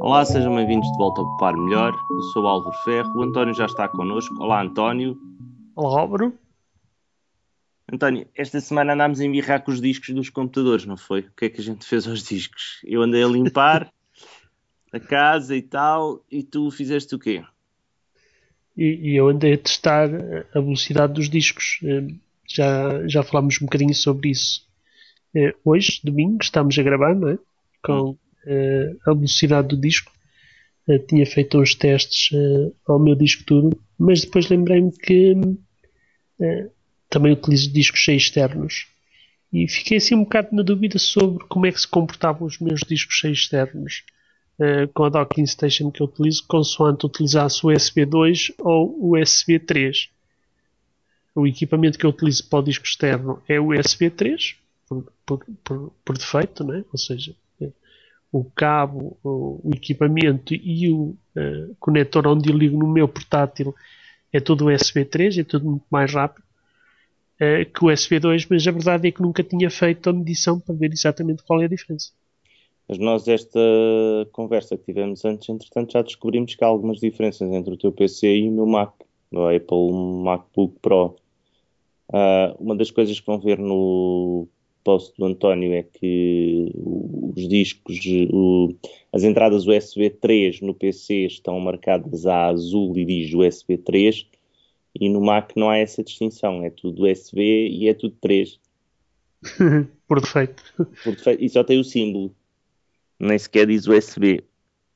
Olá, sejam bem-vindos de volta ao Par Melhor. Eu sou o Álvaro Ferro, o António já está connosco. Olá, António. Olá, Álvaro. António, esta semana andámos a embirrar com os discos dos computadores, não foi? O que é que a gente fez aos discos? Eu andei a limpar a casa e tal, e tu fizeste o quê? E eu andei a testar a velocidade dos discos. Já falámos um bocadinho sobre isso. Hoje, domingo, estamos a gravar, não é? Hum. Com a velocidade do disco. Tinha feito uns testes ao meu disco duro, mas depois lembrei-me que também utilizo discos cheios externos. E fiquei assim um bocado na dúvida sobre como é que se comportavam os meus discos cheios externos. Com a docking station que eu utilizo, consoante utilizasse o USB 2 ou o USB 3. O equipamento que eu utilizo para o disco externo é o USB 3, por defeito, né? Ou seja, o cabo, o equipamento e o conector onde eu ligo no meu portátil é tudo USB 3, é tudo muito mais rápido que o USB 2, mas a verdade é que nunca tinha feito a medição para ver exatamente qual é a diferença. Mas nós, esta conversa que tivemos antes, entretanto, já descobrimos que há algumas diferenças entre o teu PC e o meu Mac, o Apple MacBook Pro. Uma das coisas que vão ver no post do António é que os discos, as entradas USB 3 no PC estão marcadas a azul e diz USB 3, e no Mac não há essa distinção, é tudo USB e é tudo 3. Por defeito. E só tem o símbolo, nem sequer diz USB.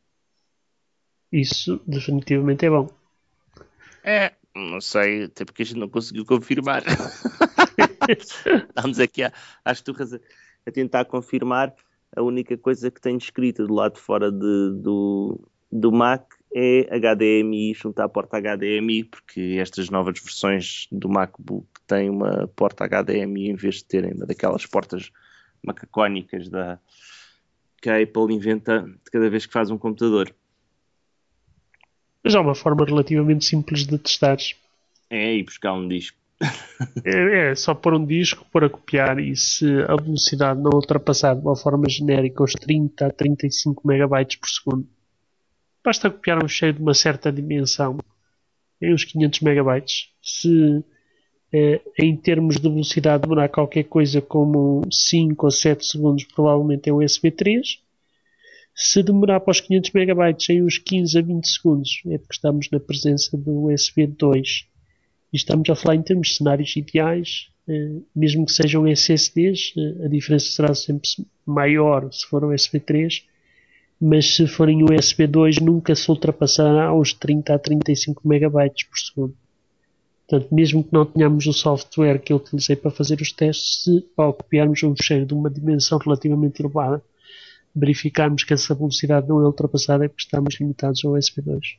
Isso definitivamente é bom. Não sei, até porque a gente não conseguiu confirmar. Estamos aqui às turras a tentar confirmar. A única coisa que tenho escrita do lado de fora do Mac é HDMI, junto à porta HDMI, porque estas novas versões do MacBook têm uma porta HDMI em vez de terem uma daquelas portas macacónicas que a Apple inventa de cada vez que faz um computador. Mas há uma forma relativamente simples de testar. É ir buscar um disco. É só pôr um disco, pôr a copiar e se a velocidade não ultrapassar de uma forma genérica os 30 a 35 megabytes por segundo, basta copiar um cheio de uma certa dimensão em uns 500 megabytes. Se em termos de velocidade demorar qualquer coisa como 5 ou 7 segundos, provavelmente é um USB 3. Se demorar para os 500 megabytes em uns 15 a 20 segundos, é porque estamos na presença do USB 2. E estamos a falar em termos de cenários ideais, mesmo que sejam SSDs, a diferença será sempre maior se for um USB 3, mas se forem USB 2 nunca se ultrapassará aos 30 a 35 megabytes por segundo. Portanto, mesmo que não tenhamos o software que eu utilizei para fazer os testes, se ao copiarmos um fecheiro de uma dimensão relativamente elevada, verificarmos que essa velocidade não é ultrapassada, é porque estamos limitados ao USB 2.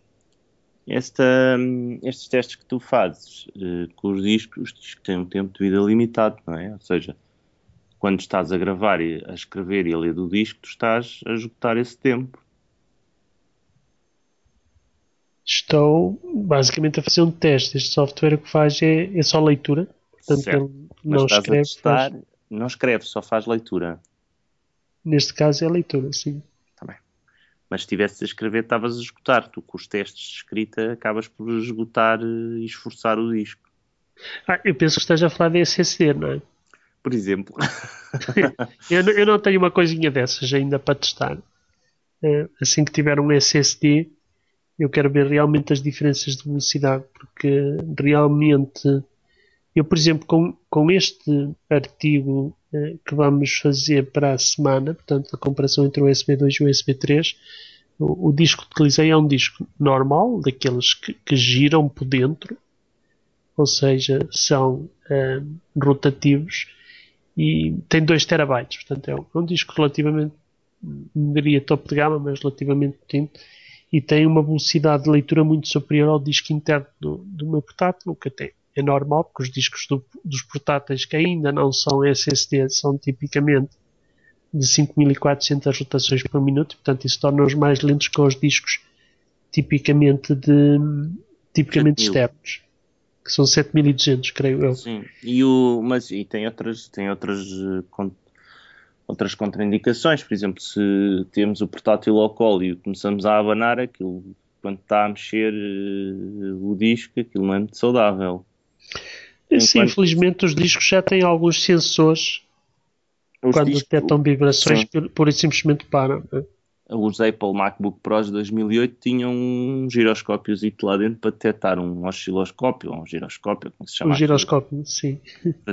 Estes testes que tu fazes com os discos têm um tempo de vida limitado, não é? Ou seja, quando estás a gravar, a escrever e a ler do disco, tu estás a esgotar esse tempo. Estou basicamente a fazer um teste. Este software o que faz é só leitura, portanto Certo. ele Mas não estás a escreve, testar, faz. não escreve, só faz leitura. Neste caso é leitura, sim. Tá bem. Mas se estivesse a escrever, estavas a esgotar. Tu, com os testes de escrita, acabas por esgotar e esforçar o disco. Eu penso que esteja a falar de SSD, não é? Por exemplo. Eu não tenho uma coisinha dessas ainda para testar. Assim que tiver um SSD, eu quero ver realmente as diferenças de velocidade, porque realmente eu, por exemplo, com este artigo que vamos fazer para a semana, portanto, a comparação entre o USB 2 e o USB 3, o disco que utilizei é um disco normal, daqueles que giram por dentro, ou seja, são rotativos, e tem 2 terabytes, portanto é um disco relativamente, não diria topo de gama, mas relativamente potente, e tem uma velocidade de leitura muito superior ao disco interno do meu portátil, o que até é normal, porque os discos dos portáteis que ainda não são SSD são tipicamente de 5400 rotações por minuto, portanto isso torna-os mais lentos que os discos tipicamente externos, que são 7200, creio eu. Sim. Mas tem outras outras contraindicações. Por exemplo, se temos o portátil ao colo e começamos a abanar, aquilo, quando está a mexer o disco, aquilo não é muito saudável. Sim, infelizmente os discos já têm alguns sensores quando detectam vibrações, pura e simplesmente param. Né? Os Apple MacBook Pros de 2008 tinham um giroscópiozito lá dentro para detectar um osciloscópio, ou um giroscópio, como se chama. Um giroscópio, sim. Para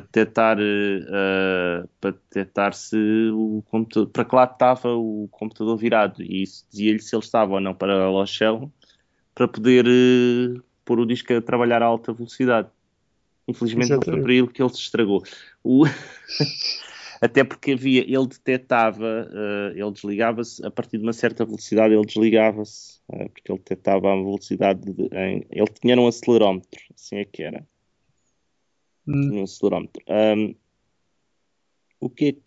detectar se o computador, para que lado estava o computador virado, e isso dizia-lhe se ele estava ou não paralelo ao chão, para poder pôr o disco a trabalhar a alta velocidade. Infelizmente Exatamente. Não foi para ele que ele se estragou. Até porque ele detectava, ele desligava-se, a partir de uma certa velocidade ele desligava-se, porque ele detectava a velocidade, ele tinha um acelerómetro, assim é que era. Tinha um acelerómetro. O que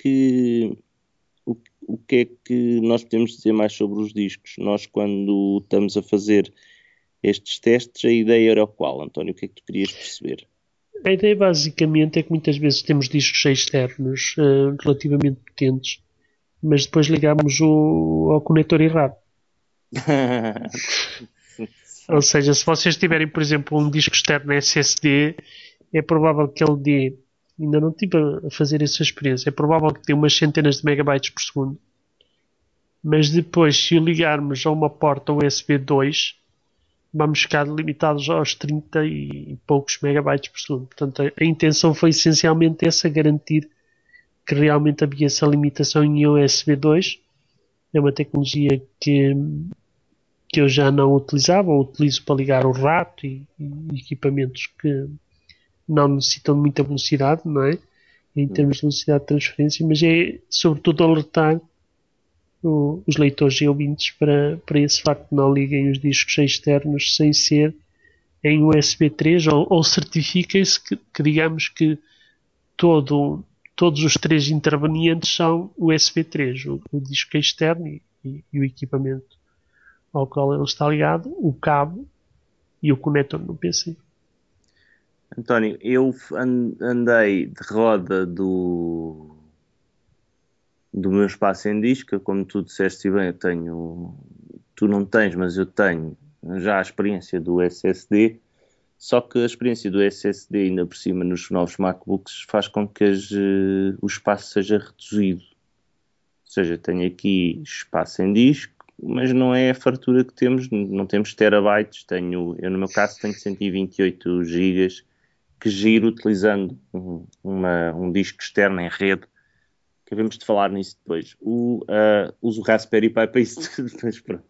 é que nós podemos dizer mais sobre os discos? Nós, quando estamos a fazer estes testes, a ideia era qual, António? O que é que tu querias perceber? A ideia basicamente é que muitas vezes temos discos externos relativamente potentes, mas depois ligamos ao conector errado. Ou seja, se vocês tiverem, por exemplo, um disco externo SSD, é provável que ele dê, ainda não estive a fazer essa experiência, é provável que dê umas centenas de megabytes por segundo, mas depois, se o ligarmos a uma porta USB 2, vamos ficar limitados aos 30 e poucos megabytes por segundo. Portanto, a intenção foi essencialmente essa, garantir que realmente havia essa limitação em USB 2. É uma tecnologia que eu já não utilizava, ou utilizo para ligar o rato e equipamentos que não necessitam de muita velocidade, não é? Em termos de velocidade de transferência, mas é sobretudo alertar os leitores e ouvintes para esse facto de não liguem os discos externos sem ser em USB 3 ou certifiquem-se que digamos que todos os três intervenientes são USB 3, o disco externo e o equipamento ao qual ele está ligado, o cabo e o conector no PC. António, eu andei de roda do meu espaço em disco, como tu disseste bem, tu não tens, mas eu tenho já a experiência do SSD, só que a experiência do SSD, ainda por cima nos novos MacBooks, faz com que o espaço seja reduzido. Ou seja, tenho aqui espaço em disco, mas não é a fartura que temos, não temos terabytes, eu no meu caso tenho 128 gigas que giro utilizando um disco externo em rede. Acabamos de falar nisso depois. Uso o Raspberry Pi para isso tudo, mas pronto.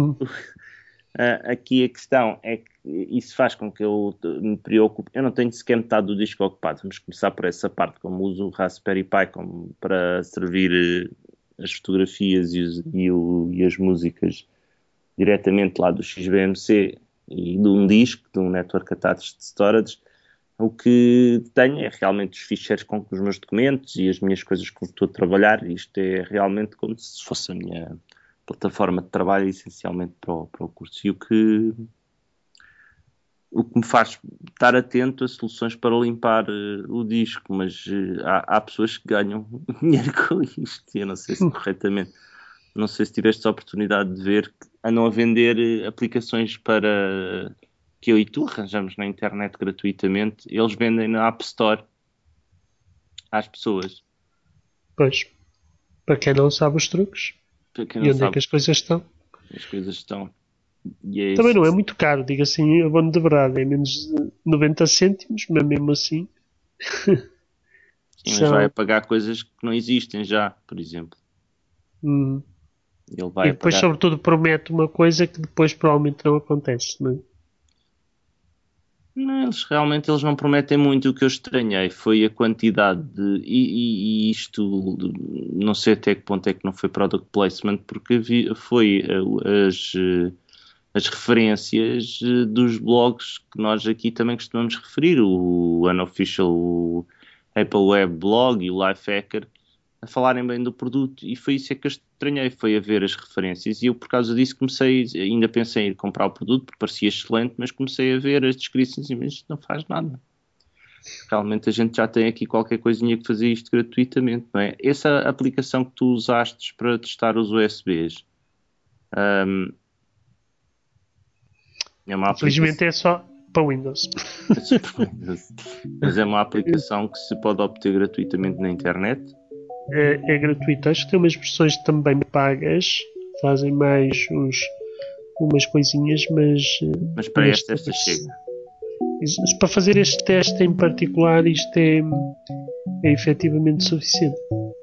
Aqui a questão é que isso faz com que eu me preocupe. Eu não tenho sequer metade do disco ocupado. Vamos começar por essa parte. Como uso o Raspberry Pi para servir as fotografias e as músicas diretamente lá do XBMC e de um disco, de um Network Attached Storage, o que tenho é realmente os ficheiros com os meus documentos e as minhas coisas com que estou a trabalhar. Isto é realmente como se fosse a minha plataforma de trabalho, essencialmente para o curso. E o que me faz estar atento a soluções para limpar o disco, mas há pessoas que ganham dinheiro com isto, e eu não sei se corretamente. Não sei se tiveste a oportunidade de ver que andam a vender aplicações para que eu e tu arranjamos na internet gratuitamente. Eles vendem na App Store às pessoas. Pois, para quem não sabe os truques e onde é que as coisas estão. As coisas estão. E também não é muito caro, diga assim, a banda de verdade, é menos de 90 cêntimos, mas mesmo assim. Sim, mas vai pagar coisas que não existem já, por exemplo. Ele vai e depois, sobretudo, promete uma coisa que depois provavelmente não acontece, não é? Não, eles não prometem muito. O que eu estranhei foi a quantidade e isto, não sei até que ponto é que não foi product placement, porque foi as referências dos blogs que nós aqui também costumamos referir, o Unofficial, o Apple Web Blog e o Lifehacker, a falarem bem do produto, e foi isso que eu estranhei, foi a ver as referências, e eu por causa disso ainda pensei em ir comprar o produto, porque parecia excelente, mas comecei a ver as descrições e isto não faz nada. realmente a gente já tem aqui qualquer coisinha que fazia isto gratuitamente, não é? Essa aplicação que tu usaste para testar os USBs, hum, é uma Infelizmente aplicação, é só para Windows. mas é uma aplicação que se pode obter gratuitamente na internet. É gratuito. Acho que tem umas versões também pagas, fazem mais umas coisinhas, Mas para esta chega. Para fazer este teste em particular, isto é efetivamente suficiente.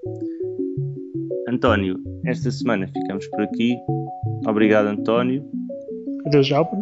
António, esta semana ficamos por aqui. Obrigado, António. Adeus, Álvaro.